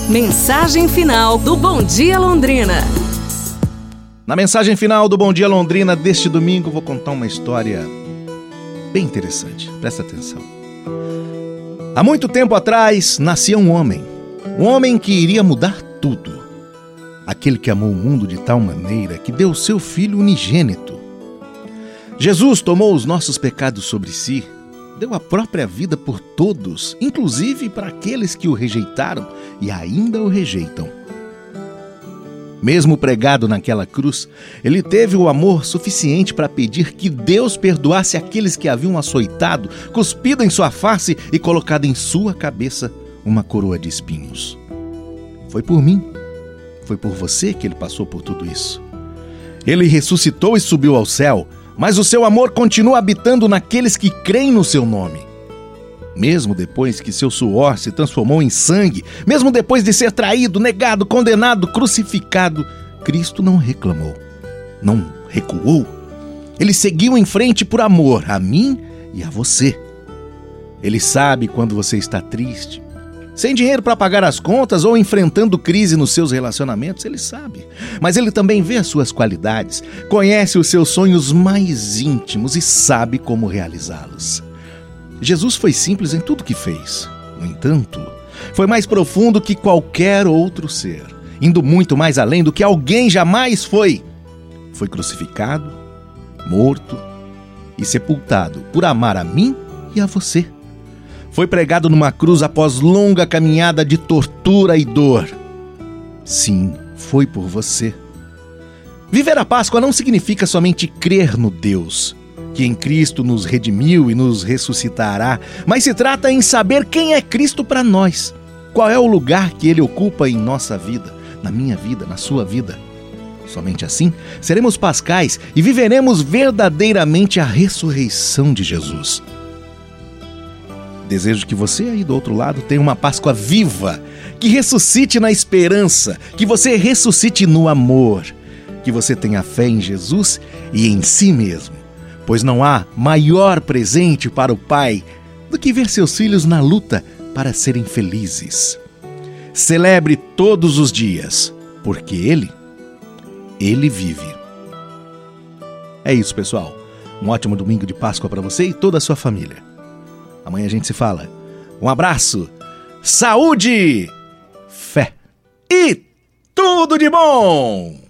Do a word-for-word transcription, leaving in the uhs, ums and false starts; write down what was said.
Mensagem final do Bom Dia Londrina. Na mensagem final do Bom Dia Londrina deste domingo, vou contar uma história bem interessante. Presta atenção. Há muito tempo atrás, nascia um homem. Um homem que iria mudar tudo. Aquele que amou o mundo de tal maneira que deu o seu Filho unigênito. Jesus tomou os nossos pecados sobre si, deu a própria vida por todos, inclusive para aqueles que o rejeitaram e ainda o rejeitam. Mesmo pregado naquela cruz, ele teve o amor suficiente para pedir que Deus perdoasse aqueles que haviam açoitado, cuspido em sua face e colocado em sua cabeça uma coroa de espinhos. Foi por mim, foi por você que ele passou por tudo isso. Ele ressuscitou e subiu ao céu, mas o seu amor continua habitando naqueles que creem no seu nome. Mesmo depois que seu suor se transformou em sangue, mesmo depois de ser traído, negado, condenado, crucificado, Cristo não reclamou, não recuou. Ele seguiu em frente por amor a mim e a você. Ele sabe quando você está triste, sem dinheiro para pagar as contas ou enfrentando crise nos seus relacionamentos, ele sabe. Mas ele também vê as suas qualidades, conhece os seus sonhos mais íntimos e sabe como realizá-los. Jesus foi simples em tudo que fez. No entanto, foi mais profundo que qualquer outro ser, indo muito mais além do que alguém jamais foi. Foi crucificado, morto e sepultado por amar a mim e a você. Foi pregado numa cruz após longa caminhada de tortura e dor. Sim, foi por você. Viver a Páscoa não significa somente crer no Deus, que em Cristo nos redimiu e nos ressuscitará, mas se trata em saber quem é Cristo para nós. Qual é o lugar que Ele ocupa em nossa vida, na minha vida, na sua vida. Somente assim seremos pascais e viveremos verdadeiramente a ressurreição de Jesus. Desejo que você aí do outro lado tenha uma Páscoa viva, que ressuscite na esperança, que você ressuscite no amor, que você tenha fé em Jesus e em si mesmo, pois não há maior presente para o Pai do que ver seus filhos na luta para serem felizes. Celebre todos os dias, porque Ele, Ele vive. É isso, pessoal. Um ótimo domingo de Páscoa para você e toda a sua família. Amanhã a gente se fala. Um abraço, saúde, fé e tudo de bom!